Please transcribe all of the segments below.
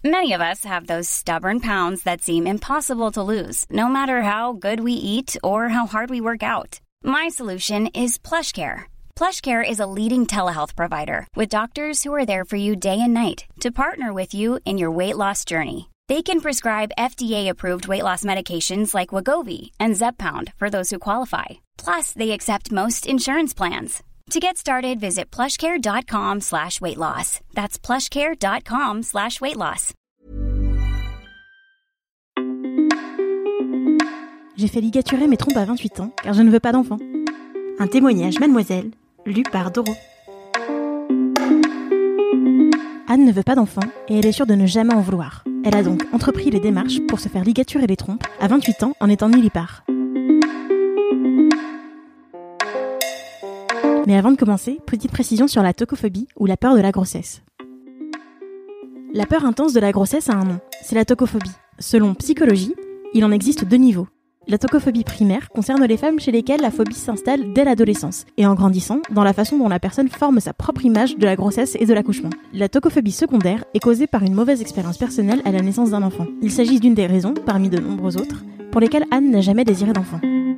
Many of us have those stubborn pounds that seem impossible to lose, no matter how good we eat or how hard we work out. My solution is PlushCare. PlushCare is a leading telehealth provider with doctors who are there for you day and night to partner with you in your weight loss journey. They can prescribe FDA-approved weight loss medications like Wegovy and Zepbound for those who qualify. Plus, they accept most insurance plans. To get started, visit plushcare.com/weightloss. That's plushcare.com/weightloss. J'ai fait ligaturer mes trompes à 28 ans car je ne veux pas d'enfant. Un témoignage Mademoiselle, lu par Doro. Anne ne veut pas d'enfant et elle est sûre de ne jamais en vouloir. Elle a donc entrepris les démarches pour se faire ligaturer les trompes à 28 ans en étant nullipare. Mais avant de commencer, petite précision sur la tocophobie ou la peur de la grossesse. La peur intense de la grossesse a un nom, c'est la tocophobie. Selon Psychologie, il en existe 2 niveaux. La tocophobie primaire concerne les femmes chez lesquelles la phobie s'installe dès l'adolescence et en grandissant dans la façon dont la personne forme sa propre image de la grossesse et de l'accouchement. La tocophobie secondaire est causée par une mauvaise expérience personnelle à la naissance d'un enfant. Il s'agit d'une des raisons, parmi de nombreuses autres, pour lesquelles Anne n'a jamais désiré d'enfant.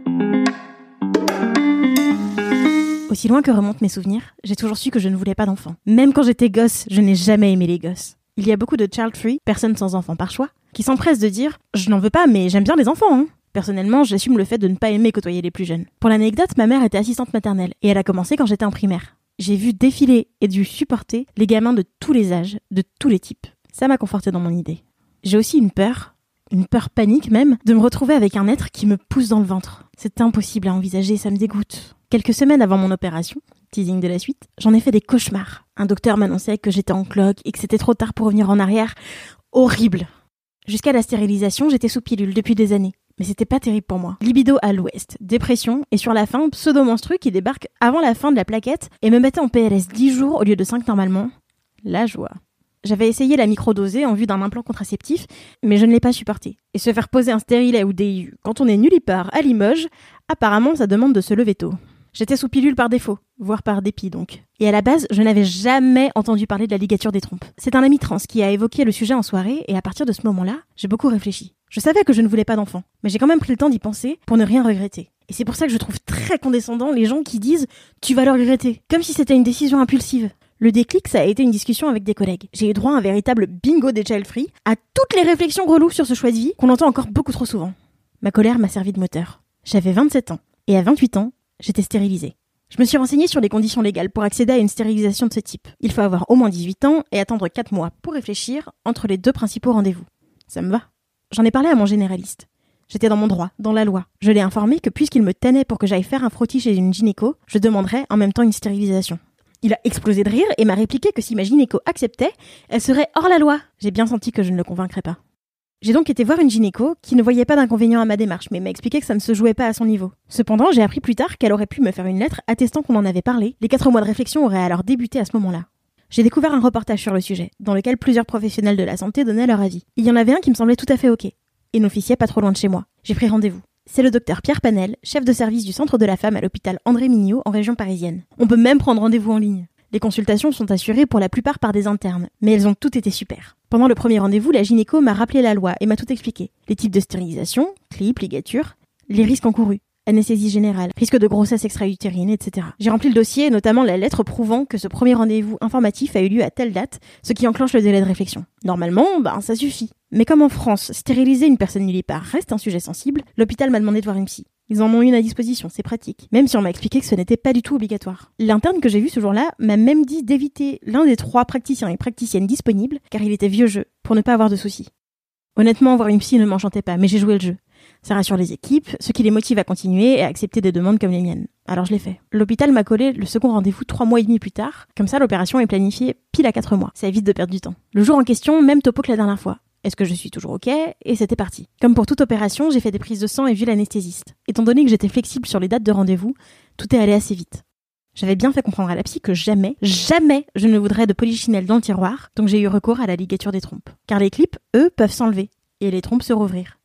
Aussi loin que remontent mes souvenirs, j'ai toujours su que je ne voulais pas d'enfant. Même quand j'étais gosse, je n'ai jamais aimé les gosses. Il y a beaucoup de child-free, personnes sans enfants par choix, qui s'empressent de dire « Je n'en veux pas, mais j'aime bien les enfants, hein !» Personnellement, j'assume le fait de ne pas aimer côtoyer les plus jeunes. Pour l'anecdote, ma mère était assistante maternelle, et elle a commencé quand j'étais en primaire. J'ai vu défiler et dû supporter les gamins de tous les âges, de tous les types. Ça m'a conforté dans mon idée. J'ai aussi une peur panique même, de me retrouver avec un être qui me pousse dans le ventre. C'est impossible à envisager, ça me dégoûte. Quelques semaines avant mon opération, teasing de la suite, j'en ai fait des cauchemars. Un docteur m'annonçait que j'étais en cloque et que c'était trop tard pour revenir en arrière. Horrible. Jusqu'à la stérilisation, j'étais sous pilule depuis des années. Mais c'était pas terrible pour moi. Libido à l'ouest, dépression, et sur la fin, pseudo-monstru qui débarque avant la fin de la plaquette et me mettait en PLS 10 jours au lieu de 5 normalement. La joie. J'avais essayé la microdosée en vue d'un implant contraceptif, mais je ne l'ai pas supporté. Et se faire poser un stérilet ou des IU quand on est nullipare à Limoges, apparemment ça demande de se lever tôt. J'étais sous pilule par défaut, voire par dépit donc. Et à la base, je n'avais jamais entendu parler de la ligature des trompes. C'est un ami trans qui a évoqué le sujet en soirée et à partir de ce moment-là, j'ai beaucoup réfléchi. Je savais que je ne voulais pas d'enfant, mais j'ai quand même pris le temps d'y penser pour ne rien regretter. Et c'est pour ça que je trouve très condescendant les gens qui disent « tu vas le regretter », comme si c'était une décision impulsive. Le déclic, ça a été une discussion avec des collègues. J'ai eu droit à un véritable bingo des child-free, à toutes les réflexions reloues sur ce choix de vie qu'on entend encore beaucoup trop souvent. Ma colère m'a servi de moteur. J'avais 27 ans, et à 28 ans, j'étais stérilisée. Je me suis renseignée sur les conditions légales pour accéder à une stérilisation de ce type. Il faut avoir au moins 18 ans et attendre 4 mois pour réfléchir entre les 2 principaux rendez-vous. Ça me va. J'en ai parlé à mon généraliste. J'étais dans mon droit, dans la loi. Je l'ai informé que puisqu'il me tenait pour que j'aille faire un frottis chez une gynéco, je demanderais en même temps une stérilisation. Il a explosé de rire et m'a répliqué que si ma gynéco acceptait, elle serait hors la loi. J'ai bien senti que je ne le convaincrais pas. J'ai donc été voir une gynéco qui ne voyait pas d'inconvénient à ma démarche, mais m'a expliqué que ça ne se jouait pas à son niveau. Cependant, j'ai appris plus tard qu'elle aurait pu me faire une lettre attestant qu'on en avait parlé. Les 4 mois de réflexion auraient alors débuté à ce moment-là. J'ai découvert un reportage sur le sujet, dans lequel plusieurs professionnels de la santé donnaient leur avis. Il y en avait un qui me semblait tout à fait ok, et n'officiait pas trop loin de chez moi. J'ai pris rendez-vous. C'est le docteur Pierre Panel, chef de service du Centre de la Femme à l'hôpital André Mignot en région parisienne. On peut même prendre rendez-vous en ligne. Les consultations sont assurées pour la plupart par des internes, mais elles ont toutes été super. Pendant le premier rendez-vous, la gynéco m'a rappelé la loi et m'a tout expliqué. Les types de stérilisation, clip, ligature, les risques encourus, anesthésie générale, risque de grossesse extra-utérine, etc. J'ai rempli le dossier, notamment la lettre prouvant que ce premier rendez-vous informatif a eu lieu à telle date, ce qui enclenche le délai de réflexion. Normalement, ça suffit. Mais comme en France, stériliser une personne nullipare reste un sujet sensible, l'hôpital m'a demandé de voir une psy. Ils en ont une à disposition, c'est pratique. Même si on m'a expliqué que ce n'était pas du tout obligatoire. L'interne que j'ai vu ce jour-là m'a même dit d'éviter l'un des 3 praticiens et praticiennes disponibles, car il était vieux jeu, pour ne pas avoir de soucis. Honnêtement, voir une psy ne m'enchantait pas, mais j'ai joué le jeu. Ça rassure les équipes, ce qui les motive à continuer et à accepter des demandes comme les miennes. Alors je l'ai fait. L'hôpital m'a collé le second rendez-vous 3 mois et demi plus tard. Comme ça, l'opération est planifiée pile à 4 mois. Ça évite de perdre du temps. Le jour en question, même topo que la dernière fois. Est-ce que je suis toujours ok ? Et c'était parti. Comme pour toute opération, j'ai fait des prises de sang et vu l'anesthésiste. Étant donné que j'étais flexible sur les dates de rendez-vous, tout est allé assez vite. J'avais bien fait comprendre à la psy que jamais je ne voudrais de polychinelle dans le tiroir, donc j'ai eu recours à la ligature des trompes. Car les clips, eux, peuvent s'enlever, et les trompes se rouvrir.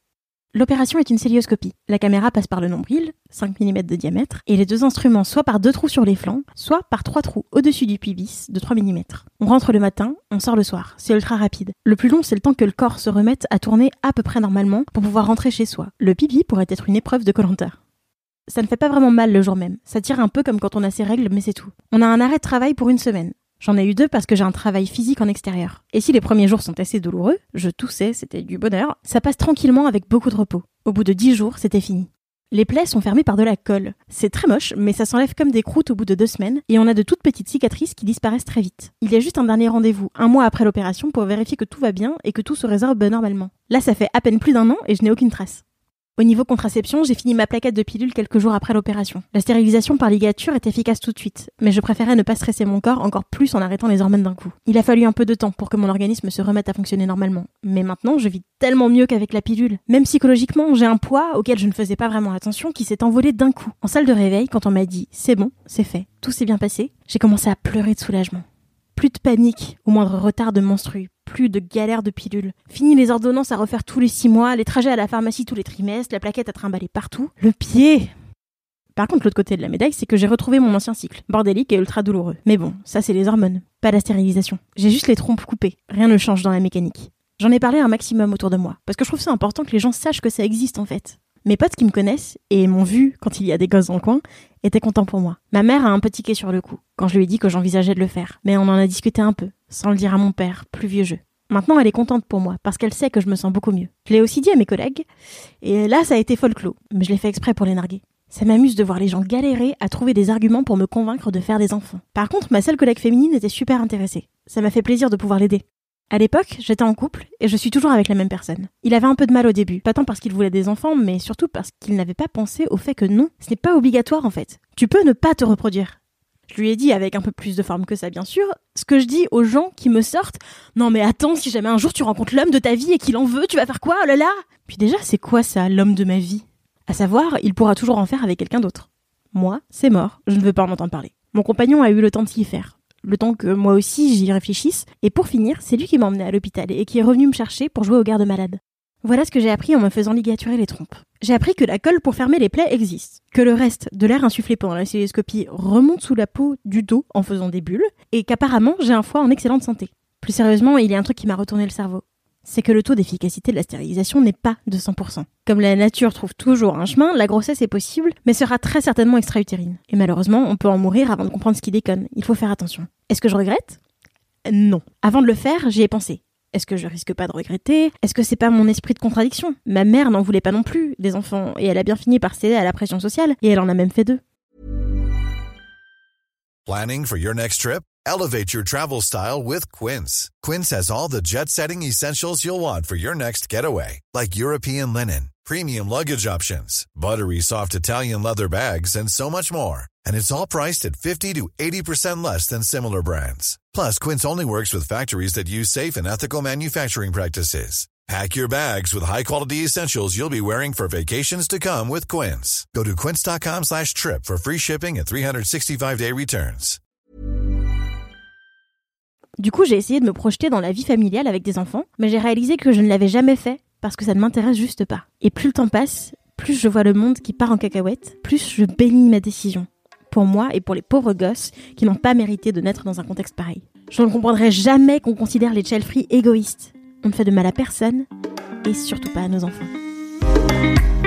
L'opération est une cœlioscopie. La caméra passe par le nombril, 5 mm de diamètre, et les 2 instruments soit par 2 trous sur les flancs, soit par 3 trous au-dessus du pubis de 3 mm. On rentre le matin, on sort le soir. C'est ultra rapide. Le plus long, c'est le temps que le corps se remette à tourner à peu près normalement pour pouvoir rentrer chez soi. Le pipi pourrait être une épreuve de Koh-Lanta. Ça ne fait pas vraiment mal le jour même. Ça tire un peu comme quand on a ses règles, mais c'est tout. On a un arrêt de travail pour 1 semaine. J'en ai eu 2 parce que j'ai un travail physique en extérieur. Et si les premiers jours sont assez douloureux, je toussais, c'était du bonheur, ça passe tranquillement avec beaucoup de repos. Au bout de 10 jours, c'était fini. Les plaies sont fermées par de la colle. C'est très moche, mais ça s'enlève comme des croûtes au bout de 2 semaines, et on a de toutes petites cicatrices qui disparaissent très vite. Il y a juste un dernier rendez-vous, 1 mois après l'opération, pour vérifier que tout va bien et que tout se résorbe normalement. Là, ça fait à peine plus d'1 an et je n'ai aucune trace. Au niveau contraception, j'ai fini ma plaquette de pilules quelques jours après l'opération. La stérilisation par ligature est efficace tout de suite, mais je préférais ne pas stresser mon corps encore plus en arrêtant les hormones d'un coup. Il a fallu un peu de temps pour que mon organisme se remette à fonctionner normalement. Mais maintenant, je vis tellement mieux qu'avec la pilule. Même psychologiquement, j'ai un poids auquel je ne faisais pas vraiment attention qui s'est envolé d'un coup. En salle de réveil, quand on m'a dit « c'est bon, c'est fait, tout s'est bien passé », j'ai commencé à pleurer de soulagement. Plus de panique au moindre retard de menstru, plus de galère de pilules. Fini les ordonnances à refaire tous les 6 mois, les trajets à la pharmacie tous les trimestres, la plaquette à trimballer partout. Le pied! Par contre, l'autre côté de la médaille, c'est que j'ai retrouvé mon ancien cycle, bordélique et ultra douloureux. Mais bon, ça c'est les hormones, pas la stérilisation. J'ai juste les trompes coupées, rien ne change dans la mécanique. J'en ai parlé un maximum autour de moi, parce que je trouve ça important que les gens sachent que ça existe en fait. Mes potes qui me connaissent, et m'ont vu quand il y a des gosses dans le coin, étaient contents pour moi. Ma mère a un peu tiqué sur le coup, quand je lui ai dit que j'envisageais de le faire. Mais on en a discuté un peu, sans le dire à mon père, plus vieux jeu. Maintenant, elle est contente pour moi, parce qu'elle sait que je me sens beaucoup mieux. Je l'ai aussi dit à mes collègues, et là, ça a été folklore, mais je l'ai fait exprès pour les narguer. Ça m'amuse de voir les gens galérer à trouver des arguments pour me convaincre de faire des enfants. Par contre, ma seule collègue féminine était super intéressée. Ça m'a fait plaisir de pouvoir l'aider. À l'époque, j'étais en couple et je suis toujours avec la même personne. Il avait un peu de mal au début, pas tant parce qu'il voulait des enfants, mais surtout parce qu'il n'avait pas pensé au fait que non, ce n'est pas obligatoire en fait. Tu peux ne pas te reproduire. Je lui ai dit, avec un peu plus de forme que ça bien sûr, ce que je dis aux gens qui me sortent « Non mais attends, si jamais un jour tu rencontres l'homme de ta vie et qu'il en veut, tu vas faire quoi, oh là là ?» Puis déjà, c'est quoi ça, l'homme de ma vie ? À savoir, il pourra toujours en faire avec quelqu'un d'autre. Moi, c'est mort, je ne veux pas en entendre parler. Mon compagnon a eu le temps de s'y faire. Le temps que moi aussi j'y réfléchisse. Et pour finir, c'est lui qui m'a emmené à l'hôpital et qui est revenu me chercher pour jouer au garde-malade. Voilà ce que j'ai appris en me faisant ligaturer les trompes. J'ai appris que la colle pour fermer les plaies existe, que le reste de l'air insufflé pendant la cœlioscopie remonte sous la peau du dos en faisant des bulles, et qu'apparemment j'ai un foie en excellente santé. Plus sérieusement, il y a un truc qui m'a retourné le cerveau. C'est que le taux d'efficacité de la stérilisation n'est pas de 100%. Comme la nature trouve toujours un chemin, la grossesse est possible, mais sera très certainement extra-utérine. Et malheureusement, on peut en mourir avant de comprendre ce qui déconne. Il faut faire attention. Est-ce que je regrette ? Non. Avant de le faire, j'y ai pensé. Est-ce que je risque pas de regretter ? Est-ce que c'est pas mon esprit de contradiction ? Ma mère n'en voulait pas non plus, des enfants, et elle a bien fini par céder à la pression sociale, et elle en a même fait 2. Planning for your next trip? Elevate your travel style with Quince. Quince has all the jet-setting essentials you'll want for your next getaway, like European linen, premium luggage options, buttery soft Italian leather bags, and so much more. And it's all priced at 50 to 80% less than similar brands. Plus, Quince only works with factories that use safe and ethical manufacturing practices. Pack your bags with high-quality essentials you'll be wearing for vacations to come with Quince. Go to quince.com/trip for free shipping and 365-day returns. Du coup, j'ai essayé de me projeter dans la vie familiale avec des enfants, mais j'ai réalisé que je ne l'avais jamais fait parce que ça ne m'intéresse juste pas. Et plus le temps passe, plus je vois le monde qui part en cacahuète, plus je bénis ma décision. Pour moi et pour les pauvres gosses qui n'ont pas mérité de naître dans un contexte pareil. Je ne comprendrai jamais qu'on considère les child-free égoïstes. On ne fait de mal à personne, et surtout pas à nos enfants.